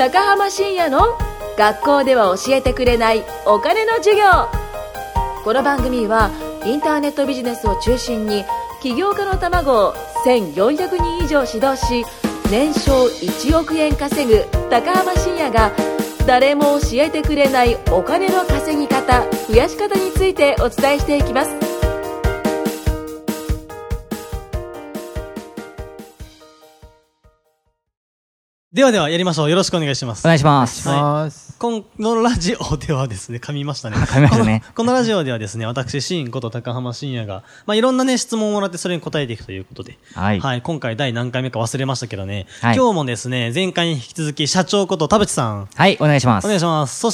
高浜深也の学校では教えてくれないお金の授業。この番組はインターネットビジネスを中心に起業家の卵を1400人以上指導し、年商1億円稼ぐ高浜深也が誰も教えてくれないお金の稼ぎ方、増やし方についてお伝えしていきます。 ではやりましょう。よろしくお願いします。 お願いします。 はい、このラジオではですね、噛みましたね。 噛みましたね。 このラジオではですね、私、シンこと高浜深也が、いろんなね、質問をもらってそれに答えていくということで、はい。今回第何回目か忘れましたけどね、はい、今日もですね、前回に引き続き、社長こと田淵さん。 はい、お願いします。 お願いします。そして、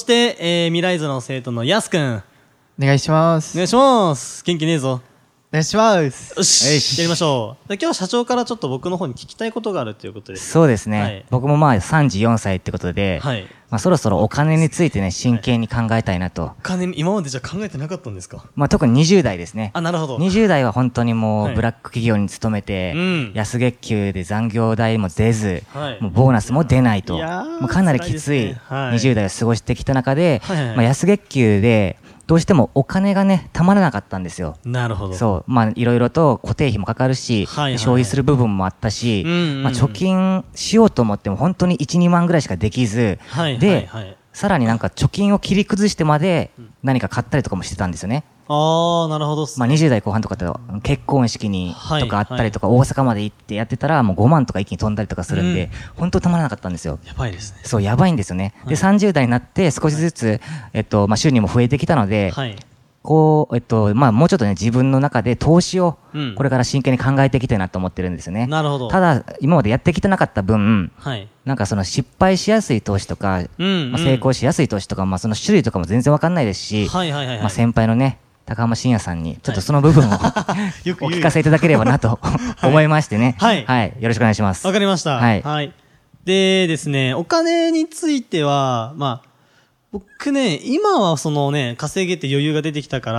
未来図の生徒のやすくん。 お願いします。 お願いします。元気ねえぞ。 お願いします。 よし、やりましょう。今日は社長からちょっと僕の方に聞きたいことがあるということで。 そうですね。はい、僕も34歳ってことで、 はい。 そろそろお金についてね、真剣に考えたいなと。お金、今までじゃ考えてなかったんですか？ 特に20代ですね。 あ、なるほど。 20代は本当にもう、ブラック企業に勤めて、安月給で残業代も出ず、もうボーナスも出ないと。もうかなりきつい20代を過ごしてきた中で、安月給で、どうしてもお金がね、たまらなかったんですよ。 なるほど。 そう。いろいろと固定費もかかるし、消費する部分もあったし、貯金しようと思っても本当に1、2万ぐらいしかできず、で、さらになんか貯金を切り崩してまで何か買ったりとかもしてたんですよね。 ああ、なるほどっすね。 20代後半とかって結婚式にとかあったりとか、大阪まで行ってやってたらもう5万とか一気に飛んだりとかするんで、本当たまらなかったんですよ。 やばいですね。 そう、やばいんですよね。で、30代になって少しずつ、収入も増えてきたので、こう、もうちょっとね、自分の中で投資を、これから真剣に考えていきたいなと思ってるんですよね。 なるほど。 ただ、今までやってきてなかった分、なんかその失敗しやすい投資とか、成功しやすい投資とか、その種類とかも全然わかんないですし、先輩のね、高浜深也さんに、ちょっとその部分をお聞かせいただければなと思いましてね。はい。よろしくお願いします。 わかりました。はい。でですね、お金については、僕ね、今はそのね、稼げて余裕が出てきたから、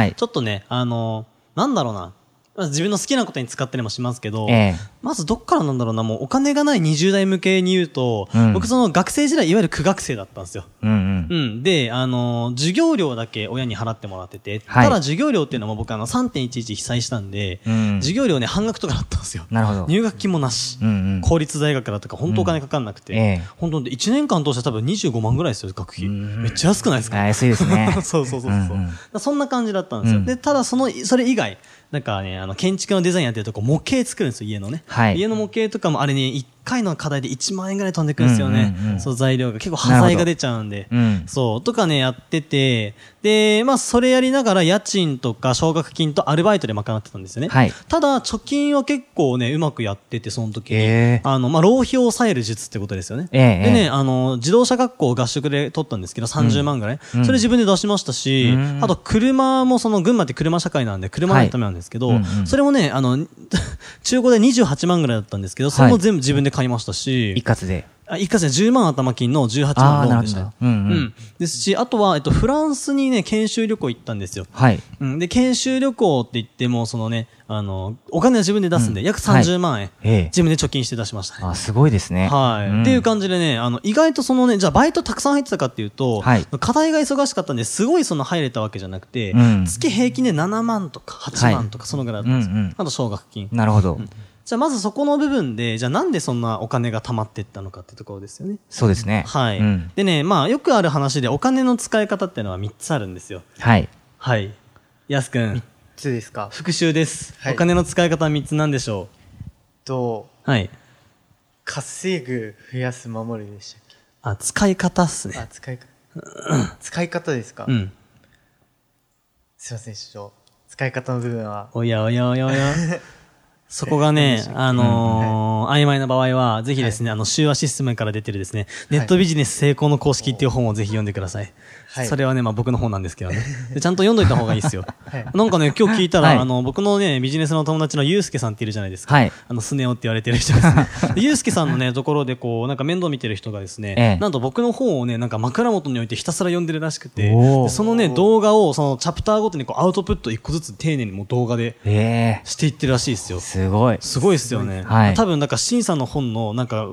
ちょっとね、なんだろうな。自分の好きなことに使ったりもしますけど、まずどっからなんだろうな、もうお金がない20代向けに言うと、僕その学生時代いわゆる苦学生だったんですよ。で、授業料だけ親に払ってもらってて、ただ授業料っていうのも僕3.11 被災したんで、授業料ね半額とかだったんですよ。 なるほど。 入学金もなし、公立大学だとか本当お金かかんなくて、本当1年間通して多分25万ぐらいですよ、学費。めっちゃ安くないですか？ 安いですね。 そう。そんな感じだったんですよ。で、ただそれ以外、なんかね、建築のデザインやってるとこ模型作るんですよ、家のね。家の模型とかもあれね、1回の課題で1万円ぐらい飛んでくるんですよね。そう、材料が。結構端材が出ちゃうんで。そう、とかね、やってて、で、それやりながら家賃とか奨学金とアルバイトで賄ってたんですよね。ただ、貯金は結構ね、うまくやってて、その時に。浪費を抑える術ってことですよね。でね、自動車学校を合宿で取ったんですけど、30万ぐらい。それ自分で出しましたし、あと車も群馬って車社会なんで、車のためなんですけど、それもね、中古で28万ぐらいだったんですけど、それも全部自分で買いましたし。 一括で 10万頭金の18万ローンでした。ですし、あとは、フランスにね、研修旅行行ったんですよ。で、研修旅行って言っても、そのね、お金は自分で出すんで、約30万円、自分で貯金して出しましたね。 すごいですね。 っていう感じでね、意外とそのね、じゃあバイトたくさん入ってたかっていうと、課題が忙しかったんで、すごい入れたわけじゃなくて、月平均で7万とか8万とか、そのぐらいだったんですよ。あと奨学金。 なるほど。 じゃあまずそこの部分で、じゃあなんでそんなお金が貯まっていったのかってところですよね。 そうですね。 でね、よくある話でお金の使い方っていうのは3つあるんですよ。やすくん。 3つですか？ 復習です。お金の使い方は3つなんでしょう？ 稼ぐ、増やす、守るでしたっけ？ 使い方っすね。 使い方ですか？すいません、師匠。使い方の部分は。 おや。そこがね、曖昧な場合は、ぜひですね、修和システムから出てるですね、ネットビジネス成功の公式っていう本をぜひ読んでください。それはね、僕の本なんですけどね。ちゃんと読んどいた方がいいですよ。なんかね、今日聞いたら、僕のね、ビジネスの友達のゆうすけさんっているじゃないですか。スネ夫って言われてる人ですね。ゆうすけさんのね、ところでこう、なんか面倒見てる人がですね、なんと僕の本をね、なんか枕元に置いてひたすら読んでるらしくて、そのね、動画を、そのチャプターごとにこう、アウトプット一個ずつ丁寧にもう動画で、していってるらしいですよ。 すごい。 すごいですよね。多分、なんか、シンさんの本の、なんか、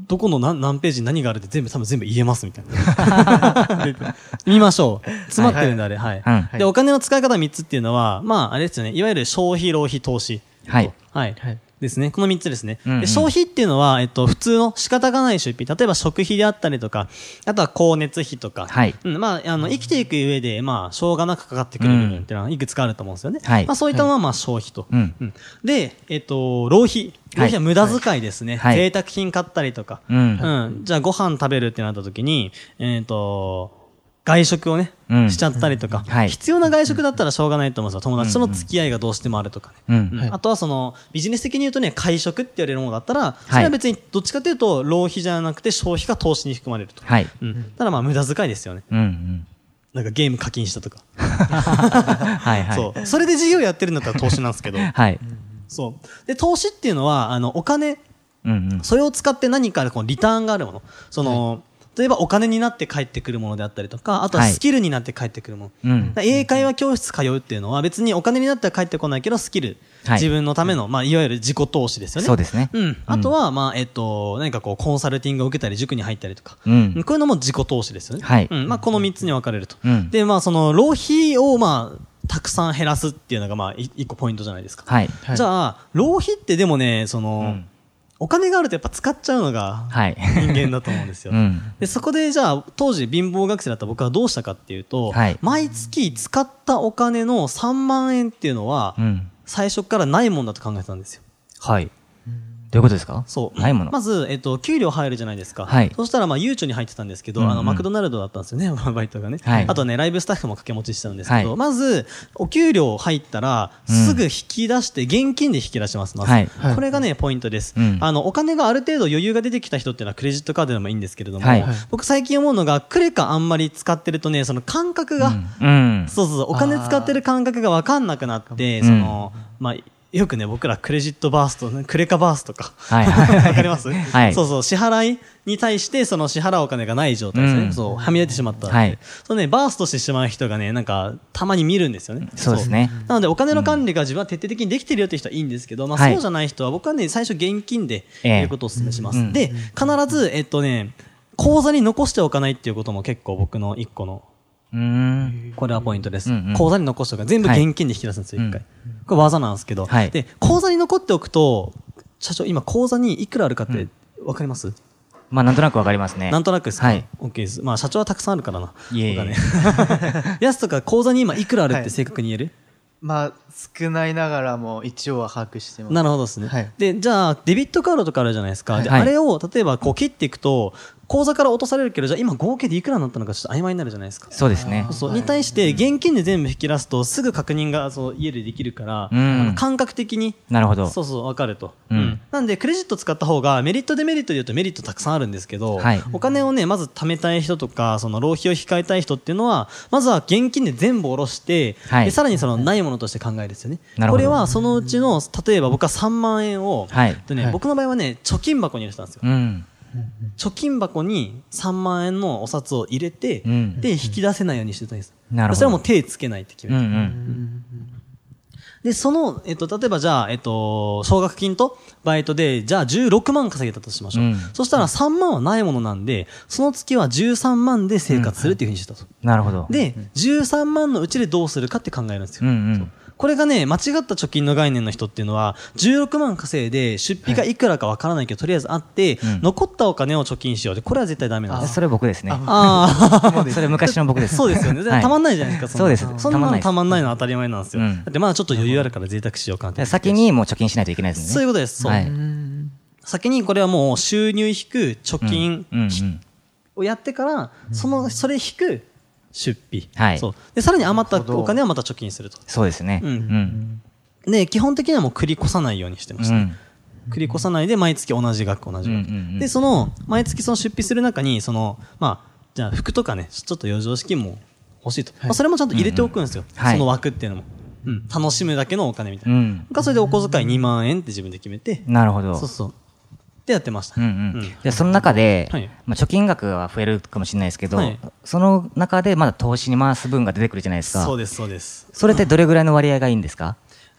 どこの何ページに何があるって多分全部言えますみたいな。見ましょう。詰まってるんであれ。はい。で、お金の使い方3つっていうのは、まあ、あれですよね。いわゆる消費、浪費、投資。 はい。 はい。ですね。この3つですね。で消費っていうのは、普通の仕方がない出費。例えば食費であったりとか、あとは光熱費とか。 はい。 まあ、生きていく上で、まあ、しょうがなくかかってくる部分っていうのはいくつかあると思うんですよね。 はい。 まあ、そういったのは、まあ、消費と。で、浪費。浪費は無駄遣いですね。贅沢品買ったりとか。じゃあ、ご飯食べるってなった時に、外食をね、しちゃったりとか、必要な外食だったらしょうがないと思うんですよ。友達との付き合いがどうしてもあるとかね。あとはその、ビジネス的に言うとね、会食って言われるものだったら、それは別にどっちかというと、浪費じゃなくて消費か投資に含まれると。ただまあ無駄遣いですよね。なんかゲーム課金したとか。そう。それで事業やってるんだったら投資なんですけど。そう。で、投資っていうのは、お金、それを使って何かこうリターンがあるもの。その、例えばお金になって帰ってくるものであったりとか、あとはスキルになって帰ってくるもの。英会話教室通うっていうのは別にお金になっては帰ってこないけど、スキル。自分のための、まあ、いわゆる自己投資ですよね。 そうですね。 あとは、まあ、何かこう、コンサルティングを受けたり、塾に入ったりとか。こういうのも自己投資ですよね。まあ、この3つに分かれると。で、まあ、その、浪費を、まあ、たくさん減らすっていうのが、まあ、一個ポイントじゃないですか。じゃあ、浪費ってでもね、その、お金があるとやっぱ使っちゃうのが人間だと思うんですよ。でそこでじゃあ当時貧乏学生だった僕はどうしたかっていうと、毎月使ったお金の3万円っていうのは最初からないもんだと考えてたんですよ。 どういうことですか？ そう。 ないもの。 まず、給料入るじゃないですか。そしたら、まあ、ゆうちょに入ってたんですけど、マクドナルドだったんですよね、バイトがね。あとね、ライブスタッフも掛け持ちしてたんですけど、まず、お給料入ったら、すぐ引き出して、現金で引き出します。まず。これがね、ポイントです。お金がある程度余裕が出てきた人っていうのはクレジットカードでもいいんですけれども、僕最近思うのが、クレカあんまり使ってるとね、その感覚が、お金使ってる感覚がわかんなくなって、その、まあ、よくね、僕らクレジットバースト、クレカバースとか。わかります？そうそう、支払いに対して、その支払うお金がない状態ですね。そう、はみ出てしまった。そうね、バーストしてしまう人がね、なんか、たまに見るんですよね。 そうですね。 なので、お金の管理が自分は徹底的にできてるよって人はいいんですけど、まあ、そうじゃない人は、僕はね、最初現金でやることをお勧めします。で、必ず、口座に残しておかないっていうことも結構僕の一個の、これはポイントです。口座に残しておく。全部現金で引き出すんですよ、一回。これ技なんですけど。で、口座に残っておくと、社長、今口座にいくらあるかってわかります？ まあ、なんとなくわかりますね。 なんとなくですか？ OK です。まあ、社長はたくさんあるからな。お金。やすとか口座に今いくらあるって正確に言える？ まあ、少ないながらも一応は把握してます。 なるほどですね。で、じゃあ、デビットカードとかあるじゃないですか。で、あれを、例えば、こう切っていくと、口座から落とされるけど、じゃあ今合計でいくらになったのかちょっと曖昧になるじゃないですか。 そうですね。 そうに対して現金で全部引き出すとすぐ確認がそう家でできるから、感覚的になるほど。 そうそう分かると。なんでクレジット使った方がメリットデメリットで言うとメリットたくさんあるんですけど、お金をねまず貯めたい人とかその浪費を控えたい人っていうのはまずは現金で全部下ろして、でさらにそのないものとして考えるんですよね。これはそのうちの例えば僕は3万円を、僕の場合はね貯金箱に入れてたんですよ。貯金箱に3万円のお札を入れて、で引き出せないようにしてたんです。それはもう手つけないって決めて。で、その、例えばじゃあ、奨学金とバイトで、じゃあ16万稼げたとしましょう。そしたら3万はないものなんで、その月は13万で生活するっていうふうにしてたと。 なるほど。 で、13万のうちでどうするかって考えるんですよ。これがね、間違った貯金の概念の人っていうのは、16万稼いで出費がいくらかわからないけど、とりあえずあって、残ったお金を貯金しようで、これは絶対ダメなんです。 それ僕ですね。それ昔の僕です。 そうですよね。たまんないじゃないですか。 そうです。 そんなのたまんないのは当たり前なんですよ。だってまだちょっと余裕あるから贅沢しようかなって。 先にもう貯金しないといけないですね。 そういうことです。そう。先にこれはもう収入引く貯金をやってから、それ引く、出費。そう。で、さらに余ったお金はまた貯金すると。 そうですね。 で、基本的にはもう繰り越さないようにしてました。繰り越さないで毎月同じ額。で、毎月その出費する中に、まあ、じゃあ服とかね、ちょっと余剰資金も欲しいと。それもちゃんと入れておくんですよ。その枠っていうのも。楽しむだけのお金みたいな。それでお小遣い2万円って自分で決めて。 なるほど。 そうそう。ってやってました。 でその中で、まあ貯金額は増えるかもしれないですけど、その中でまだ投資に回す分が出てくるじゃないですか。 そうです、そうです。 それってどれぐらいの割合がいいんですか？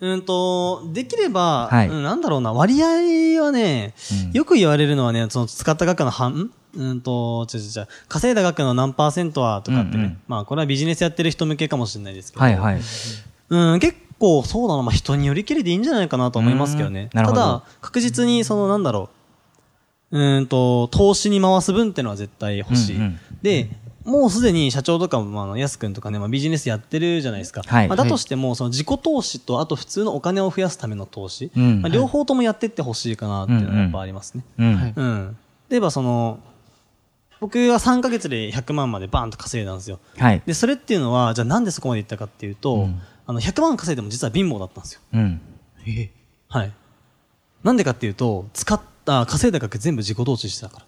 できれば、なんだろうな、割合はね、よく言われるのはね、その使った額の稼いだ額の何%はとかってね、まあこれはビジネスやってる人向けかもしれないですけど、結構そうだな、まあ人によりきりでいいんじゃないかなと思いますけどね。ただ、確実にそのなんだろう、投資に回す分っていうのは絶対欲しい。で、もうすでに社長とかも、やすくんとかね、ビジネスやってるじゃないですか。だとしても、その自己投資と、あと普通のお金を増やすための投資、両方ともやってってほしいかなっていうのはやっぱありますね。例えば僕は3ヶ月で100万までバーンと稼いだんですよ。で、それっていうのは、じゃあなんでそこまでいったかっていうと、100万稼いでも実は貧乏だったんですよ。はい。なんでかっていうと、稼いだ額全部自己投資してたから。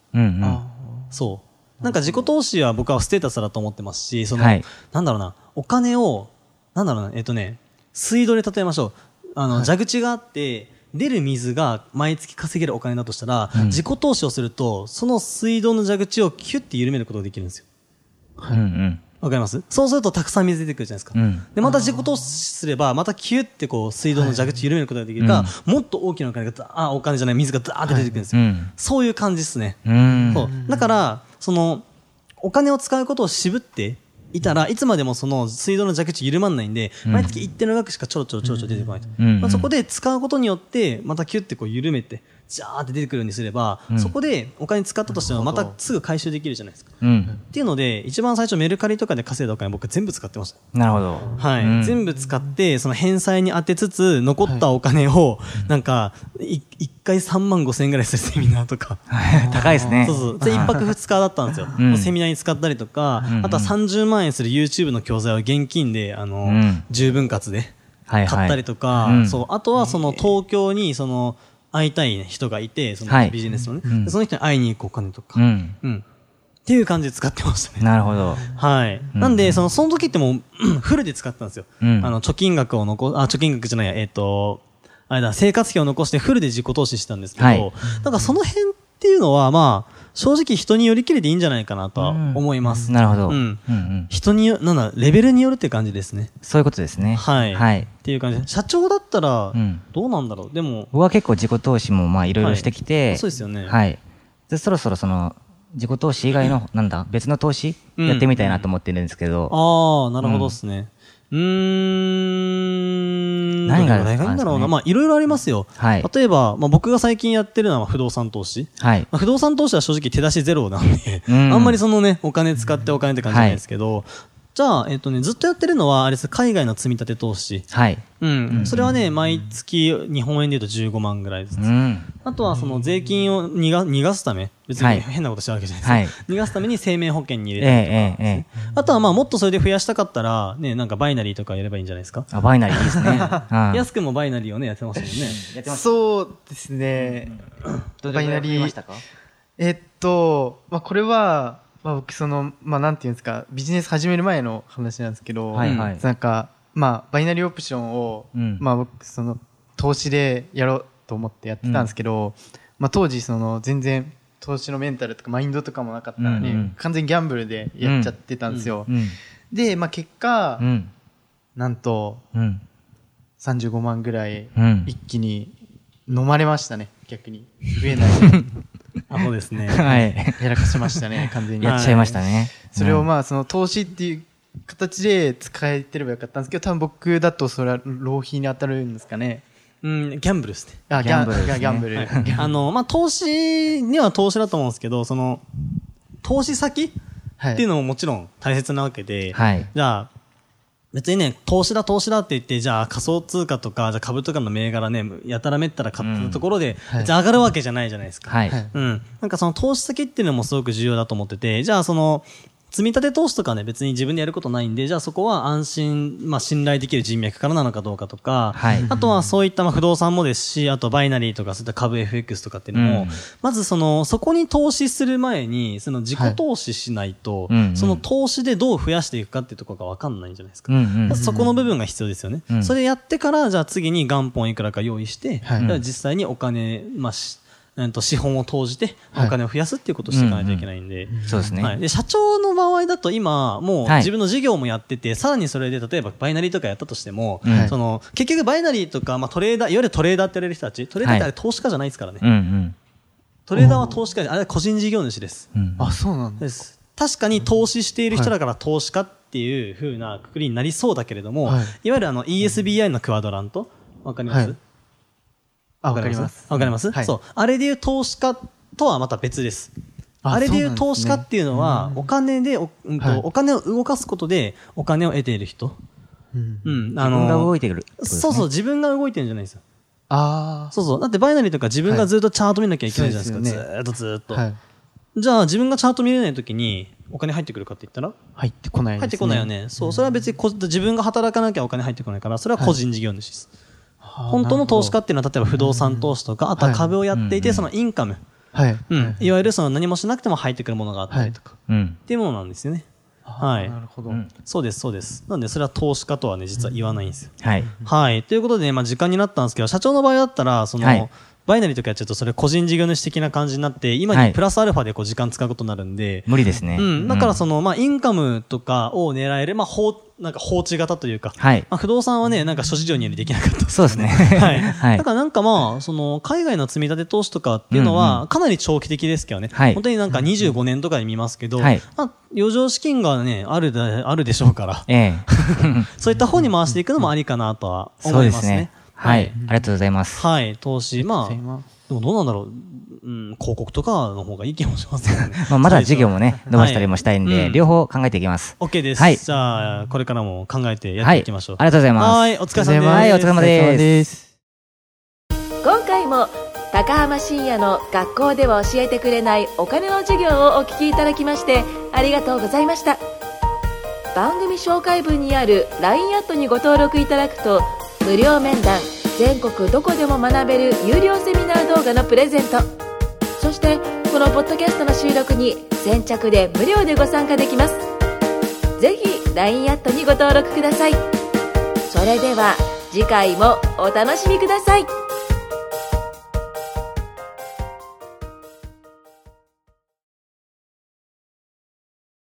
そう。なんか自己投資は僕はステータスだと思ってますし、なんだろうな、お金を、なんだろうな、水道で例えましょう。蛇口があって、出る水が毎月稼げるお金だとしたら、自己投資をすると、その水道の蛇口をキュッて緩めることができるんですよ。わかります？そうするとたくさん水出てくるじゃないですか。で、また自己投資すれば、またキュッてこう、水道の蛇口緩めることができるから、もっと大きなお金が、お金じゃない、水がダーって出てくるんですよ。そういう感じですね。そう。だから、お金を使うことを渋っていたらいつまでもその水道の蛇口緩まんないんで、毎月一定の額しかちょろちょろ出てこないと。そこで使うことによって、またキュッてこう緩めて、ジャーって出てくるようにすれば、そこでお金使ったとしてもまたすぐ回収できるじゃないですか。っていうので、一番最初メルカリとかで稼いだお金僕全部使ってました。 なるほど。 はい。全部使って、その返済に当てつつ、残ったお金を、なんか、1回3万5千円ぐらいするセミナーとか。 高いですね。 そうそう。1泊2日だったんですよ。セミナーに使ったりとか、あとは30万円する YouTube の教材を現金で、10分割で買ったりとか、そう。あとはその東京に会いたい人がいて、そのビジネスのね。その人に会いに行くお金とか。っていう感じで使ってましたね。 なるほど。 はい。なんで、その時ってもう、フルで使ってたんですよ。貯金額じゃないや、生活費を残してフルで自己投資したんですけど、なんかその辺っていうのは、まあ、正直人によりきりでいいんじゃないかなとは思います。 なるほど。 人にレベルによるって感じですね。 そういうことですね。 はい。っていう感じで。社長だったら、どうなんだろう。でも。 僕は結構自己投資もまあいろいろしてきて、 そうですよね。 はい。で、そろそろ自己投資以外の、別の投資やってみたいなと思ってるんですけど。 ああ、なるほどですね。何がいいんだろうな。まあ、いろいろありますよ。例えば、僕が最近やってるのは不動産投資。不動産投資は正直手出しゼロなんで、あんまりお金使ってお金って感じじゃないですけど、じゃあ、ずっとやってるのは、あれです、海外の積み立て投資。それはね、毎月日本円で言うと15万ぐらいです。あとは、税金を逃がすため、別に変なことしたわけじゃないです。逃がすために生命保険に入れたりとか。あとは、まあ、もっとそれで増やしたかったら、ね、なんかバイナリーとかやればいいんじゃないですか。 バイナリーいいですね。 やすくんもバイナリーをね、やってましたもんね。 そうですね。バイナリー。これは、僕なんていうんですか、ビジネス始める前の話なんですけど、なんか、バイナリーオプションを、僕、投資でやろうと思ってやってたんですけど、当時、全然、投資のメンタルとかマインドとかもなかったので、完全にギャンブルでやっちゃってたんですよ。で、結果、なんと、35万ぐらい、一気に飲まれましたね、逆に。増えない。 そうですね。 やらかしましたね、完全に。 やっちゃいましたね。 それを投資っていう形で使えてればよかったんですけど、多分僕だとそれは浪費に当たるんですかね。 ギャンブルですね。 ギャンブル。 投資には投資だと思うんですけど、投資先っていうのももちろん大切なわけで、じゃあ、別にね、投資だって言って、じゃあ仮想通貨とか、じゃあ株とかの銘柄ね、やたらめったら買ったところで、じゃあ上がるわけじゃないじゃないですか。なんか投資先っていうのもすごく重要だと思ってて、じゃあ積み立て投資とかね、別に自分でやることないんで、じゃあそこは安心、信頼できる人脈からなのかどうかとか、あとはそういった不動産もですし、あとバイナリーとかそういった株 FX とかっていうのも、まずそこに投資する前に、自己投資しないと、その投資でどう増やしていくかっていうところがわかんないんじゃないですか。そこの部分が必要ですよね。それやってから、じゃあ次に元本いくらか用意して、じゃあ実際にお金、 資本を投じてお金を増やすっていうことをしていかないといけないんで。 そうですね。 で、社長の場合だと今、もう自分の事業もやってて、さらにそれで例えばバイナリーとかやったとしても、結局バイナリーとか、トレーダー、いわゆるトレーダーって言われる人たち、トレーダーってあれ投資家じゃないですからね。トレーダーは投資家で、あれは個人事業主です。 あ、そうなんです。 確かに投資している人だから投資家っていう風なくくりになりそうだけれども、いわゆるESBI のクワドラント、わかります？ わかります。 わかります？そう。あれでいう投資家とはまた別です。あれでいう投資家っていうのは、お金で、お金を動かすことでお金を得ている人。 自分が動いてる。 そうそう、自分が動いてるんじゃないですよ。そうそう。だってバイナリーとか自分がずっとチャート見なきゃいけないじゃないですか。ずっと。じゃあ自分がチャート見れないときにお金入ってくるかって言ったら入ってこないですね。 入ってこないよね。そう。それは別に自分が働かなきゃお金入ってこないから、それは個人事業主です。本当の投資家っていうのは例えば不動産投資とか、あとは株をやっていてそのインカム。いわゆるその何もしなくても入ってくるものがあったりとか。っていうものなんですよね。はい。 なるほど。 そうです、そうです。なんで、それは投資家とはね、実は言わないんですよ。はい。はい。ということでね、時間になったんですけど、社長の場合だったら、バイナリーとかやっちゃうと、それ個人事業主的な感じになって、今にプラスアルファで時間使うことになるんで。 無理ですね。 だからインカムとかを狙える、なんか放置型というか。不動産はね、なんか諸事情によりできなかったです。 そうですね。 はい。だからなんか海外の積み立て投資とかっていうのは、かなり長期的ですけどね。本当になんか25年とかで見ますけど、余剰資金がね、あるでしょうから。そういった方に回していくのもありかなとは思いますね。 はい。ありがとうございます。 はい。投資、でもどうなんだろう。広告とかの方がいい気もしますよね。 まだ事業もね、伸ばしたりもしたいんで、両方考えていきます。 OK です。じゃあ、これからも考えてやっていきましょう。 ありがとうございます。 はい。お疲れ様です。 はい。お疲れ様です。 今回も、高浜深也の学校では教えてくれないお金の授業をお聞きいただきまして、ありがとうございました。番組紹介文にある LINE アットにご登録いただくと、無料面談、全国どこでも学べる有料セミナー動画のプレゼント、そしてこのポッドキャストの収録に先着で無料でご参加できます。ぜひ LINE アットにご登録ください。それでは次回もお楽しみください。